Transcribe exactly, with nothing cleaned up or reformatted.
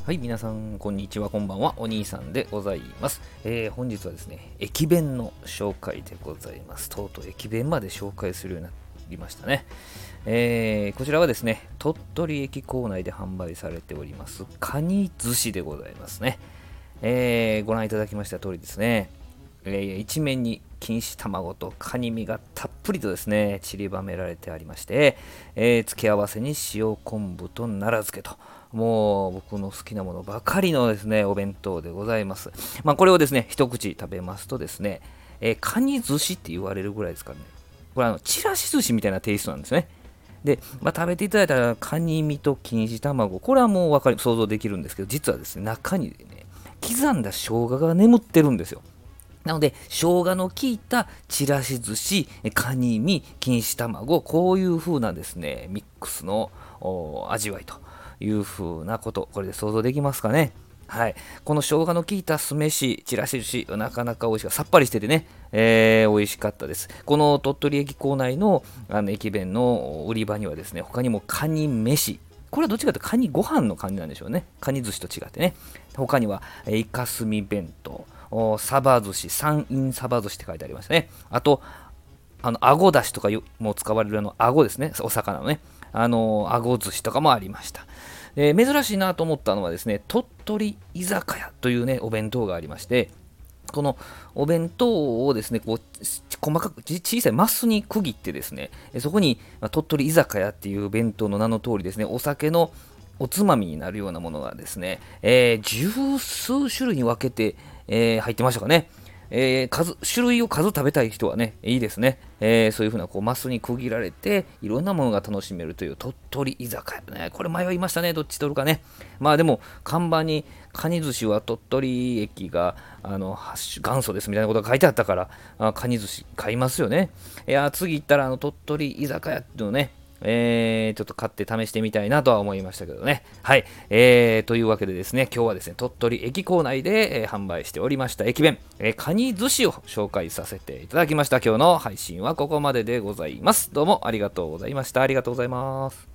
はい、皆さん、こんにちは、こんばんは、お兄さんでございます。えー、本日はですね、駅弁の紹介でございます。とうとう駅弁まで紹介するようになりましたね。えー、こちらはですね、鳥取駅構内で販売されております、カニ寿司でございますね。えー、ご覧いただきました通りですね、えー、一面に錦糸卵とカニ身がたっぷりとですね、散りばめられてありまして、えー付け合わせに塩昆布と奈良漬けと、もう僕の好きなものばかりのですね、お弁当でございます。まあ、これをですね、一口食べますとですね、えーカニ寿司って言われるぐらいですからね。これあの、ちらし寿司みたいなテイストなんですね。で、まあ、食べていただいたら、カニ身と錦糸卵、これはもうわかり想像できるんですけど、実はですね、中にね、刻んだ生姜が眠ってるんですよ。なので、生姜の効いたちらし寿司、カニ身、錦糸卵、こういう風なですね、ミックスの味わいという風なこと、これで想像できますかね。はい。この生姜の効いた酢飯、ちらし寿司、なかなか美味しかった。さっぱりしててね、えー、美味しかったです。この鳥取駅構内のあの駅弁の売り場にはですね、他にもカニ飯、これはどっちかというとカニご飯の感じなんでしょうね。カニ寿司と違ってね。他には、イカスミ弁当、サバ寿司、山陰サバ寿司って書いてありましたね。あと、あの、あごだしとかも使われるあの、あごですね。お魚のね。あの、あご寿司とかもありました。えー珍しいなと思ったのはですね、鳥取居酒屋というね、お弁当がありまして、このお弁当をですね、こう細かく小さいマスに区切ってですね、そこにまあ鳥取居酒屋っていう弁当の名の通りですね、お酒のおつまみになるようなものがですね、えー十数種類に分けて、えー入ってましたかね。えー数種類を数食べたい人はね、いいですね。えーそういうふうなこうマスに区切られて、いろんなものが楽しめるという鳥取居酒屋ね。これ迷いましたね、どっち取るかね。まあでも、看板にカニ寿司は鳥取駅があの発元祖ですみたいなことが書いてあったから、あカニ寿司買いますよね。いや、次行ったらあの鳥取居酒屋っていうのをね、えー、ちょっと買って試してみたいなとは思いましたけどね。はい。えー、というわけでですね、今日はですね、鳥取駅構内で、えー販売しておりました駅弁、えーカニ寿司を紹介させていただきました。今日の配信はここまででございます。どうもありがとうございました。ありがとうございます。